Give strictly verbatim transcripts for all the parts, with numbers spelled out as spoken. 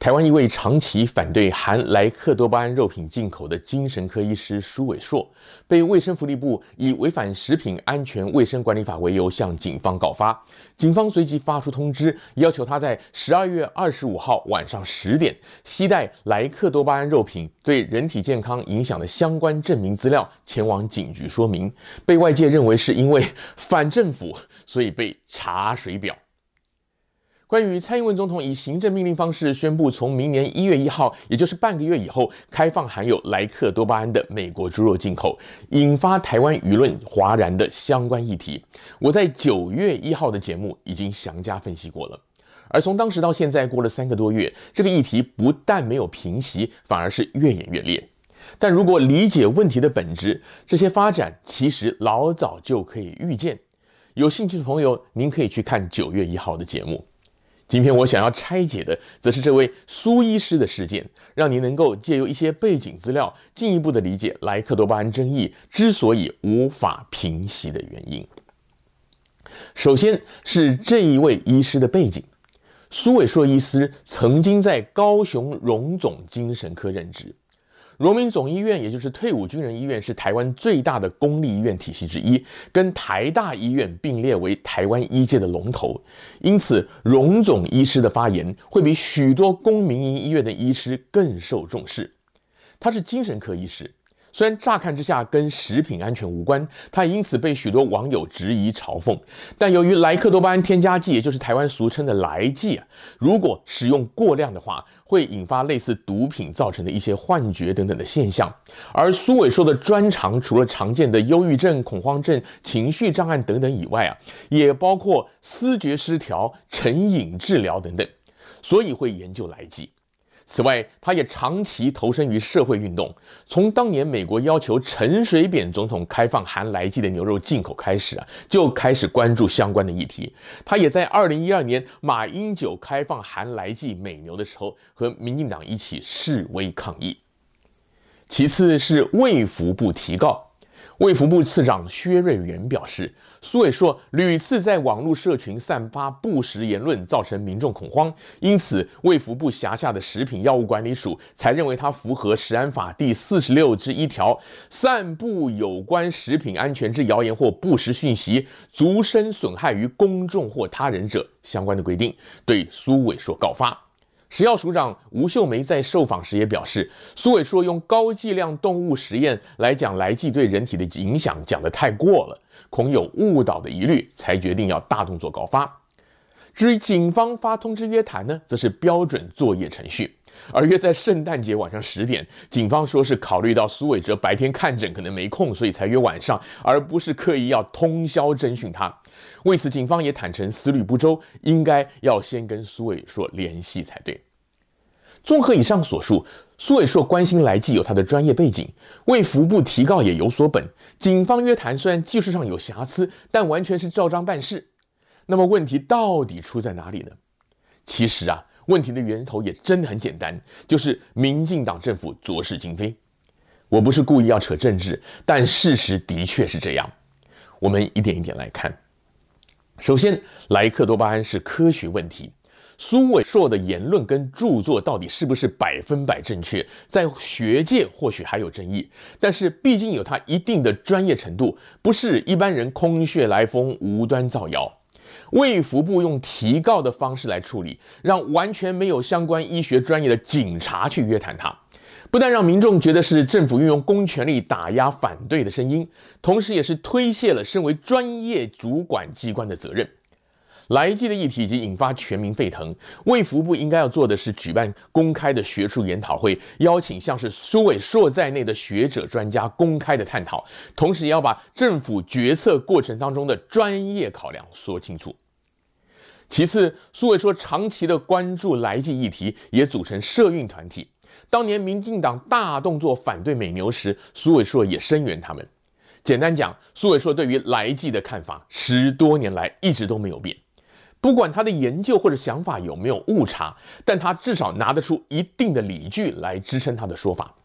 台湾一位长期反对含莱克多巴胺肉品进口的精神科医师苏伟硕，被卫生福利部以违反食品安全卫生管理法为由向警方告发。警方随即发出通知，要求他在十二月二十五号晚上十点携带莱克多巴胺肉品对人体健康影响的相关证明资料前往警局说明。被外界认为是因为反政府，所以被查水表。关于蔡英文总统以行政命令方式宣布，从明年一月一号，也就是半个月以后，开放含有莱克多巴胺的美国猪肉进口，引发台湾舆论哗然的相关议题，我在九月一号的节目已经详加分析过了。而从当时到现在过了三个多月，这个议题不但没有平息，反而是越演越烈。但如果理解问题的本质，这些发展其实老早就可以预见。有兴趣的朋友，您可以去看九月一号的节目。今天我想要拆解的，则是这位苏医师的事件，让您能够借由一些背景资料，进一步的理解莱克多巴胺争议之所以无法平息的原因。首先是这一位医师的背景，苏伟硕医师曾经在高雄荣总精神科任职。荣民总医院，也就是退伍军人医院，是台湾最大的公立医院体系之一，跟台大医院并列为台湾医界的龙头。因此，荣总医师的发言会比许多公民营医院的医师更受重视。他是精神科医师，虽然乍看之下跟食品安全无关，他因此被许多网友质疑嘲讽。但由于莱克多巴胺添加剂，也就是台湾俗称的莱剂啊，如果使用过量的话，会引发类似毒品造成的一些幻觉等等的现象。而苏伟硕的专长除了常见的忧郁症、恐慌症、情绪障碍等等以外啊，也包括思觉失调、成瘾治疗等等，所以会研究莱剂。此外，他也长期投身于社会运动，从当年美国要求陈水扁总统开放含莱剂的牛肉进口开始啊，就开始关注相关的议题。他也在二零一二年马英九开放含莱剂美牛的时候，和民进党一起示威抗议。其次是卫福部提告。卫福部次长薛瑞元表示，苏伟硕屡次在网络社群散发不实言论，造成民众恐慌，因此卫福部辖下的食品药物管理署才认为他符合食安法第四十六之一条，散布有关食品安全之谣言或不实讯息，足生损害于公众或他人者相关的规定，对苏伟硕告发。食药署长吴秀梅在受访时也表示，苏伟硕用高剂量动物实验来讲莱剂对人体的影响讲得太过了，恐有误导的疑虑，才决定要大动作告发。至于警方发通知约谈呢，则是标准作业程序。而约在圣诞节晚上十点，警方说是考虑到苏伟哲白天看诊可能没空，所以才约晚上，而不是刻意要通宵侦讯他。为此，警方也坦诚思虑不周，应该要先跟苏伟硕联系才对。综合以上所述，苏伟硕关心莱剂有他的专业背景，卫福部提告也有所本。警方约谈虽然技术上有瑕疵，但完全是照章办事。那么问题到底出在哪里呢？其实啊，问题的源头也真的很简单，就是民进党政府浊世今非。我不是故意要扯政治，但事实的确是这样。我们一点一点来看。首先，莱克多巴胺是科学问题。苏伟硕的言论跟著作到底是不是百分百正确，在学界或许还有争议，但是毕竟有他一定的专业程度，不是一般人空穴来风、无端造谣。卫福部用提告的方式来处理，让完全没有相关医学专业的警察去约谈他，不但让民众觉得是政府运用公权力打压反对的声音，同时也是推卸了身为专业主管机关的责任。莱剂的议题已经引发全民沸腾，卫福部应该要做的是举办公开的学术研讨会，邀请像是苏伟硕在内的学者专家公开的探讨，同时也要把政府决策过程当中的专业考量说清楚。其次，苏伟硕长期的关注莱剂议题，也组成社运团体。当年民进党大动作反对美牛时，苏伟硕也声援他们。简单讲，苏伟硕对于莱剂的看法，十多年来一直都没有变。不管他的研究或者想法有没有误差，但他至少拿得出一定的理据来支撑他的说法。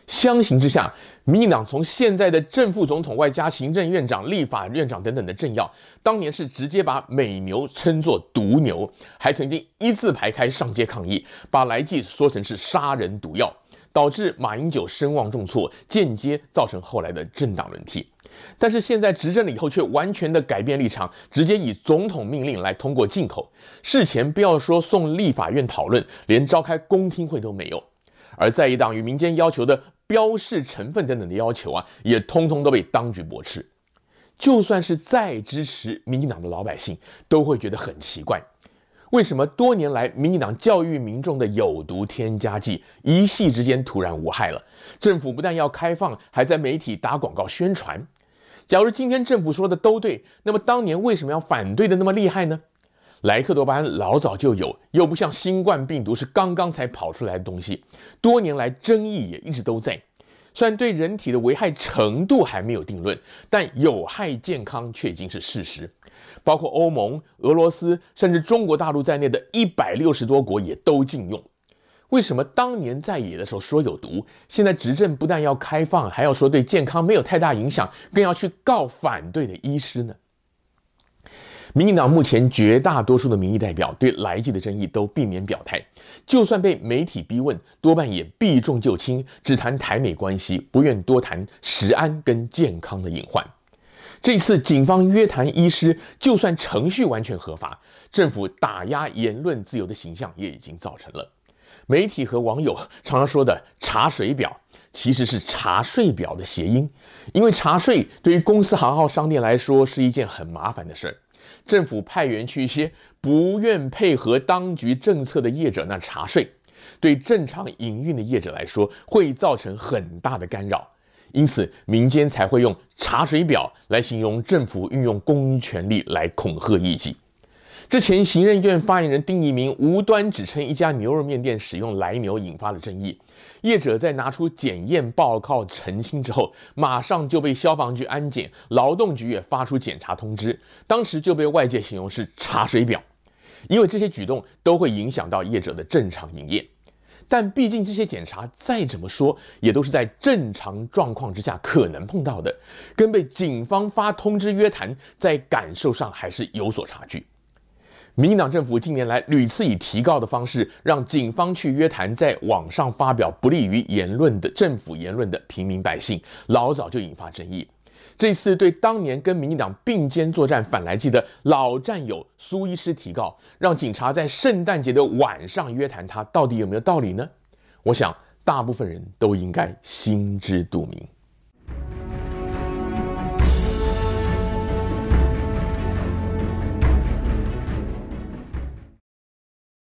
相形之下，民进党从现在的正副总统外加行政院长、立法院长等等的政要，当年是直接把美牛称作毒牛，还曾经一字排开上街抗议，把来剂说成是杀人毒药，导致马英九声望重挫，间接造成后来的政党轮替。但是现在执政了以后，却完全的改变立场，直接以总统命令来通过进口，事前不要说送立法院讨论，连召开公听会都没有。而在野党与民间要求的标示成分等等的要求啊，也通通都被当局驳斥。就算是再支持民进党的老百姓，都会觉得很奇怪，为什么多年来民进党教育民众的有毒添加剂，一夕之间突然无害了？政府不但要开放，还在媒体打广告宣传。假如今天政府说的都对，那么当年为什么要反对的那么厉害呢？莱克多巴胺老早就有，又不像新冠病毒是刚刚才跑出来的东西，多年来争议也一直都在。虽然对人体的危害程度还没有定论，但有害健康却已经是事实。包括欧盟、俄罗斯，甚至中国大陆在内的一百六十多国也都禁用。为什么当年在野的时候说有毒，现在执政不但要开放，还要说对健康没有太大影响，更要去告反对的医师呢？民进党目前绝大多数的民意代表对来剂的争议都避免表态，就算被媒体逼问，多半也避重就轻，只谈台美关系，不愿多谈食安跟健康的隐患。这次警方约谈医师，就算程序完全合法，政府打压言论自由的形象也已经造成了。媒体和网友常常说的查水表，其实是查税表的谐音，因为查税对于公司行号商店来说是一件很麻烦的事儿。政府派员去一些不愿配合当局政策的业者那查税，对正常营运的业者来说会造成很大的干扰，因此民间才会用查水表来形容政府运用公权力来恐吓业绩。之前行政院发言人丁仪明无端指称一家牛肉面店使用来牛，引发了争议。业者在拿出检验报告澄清之后，马上就被消防局安检，劳动局也发出检查通知，当时就被外界形容是查水表，因为这些举动都会影响到业者的正常营业。但毕竟这些检查再怎么说，也都是在正常状况之下可能碰到的，跟被警方发通知约谈，在感受上还是有所差距。民进党政府近年来屡次以提告的方式，让警方去约谈在网上发表不利于言论的政府言论的平民百姓，老早就引发争议。这次对当年跟民进党并肩作战反来剂的老战友苏医师提告，让警察在圣诞节的晚上约谈他，到底有没有道理呢？我想大部分人都应该心知肚明。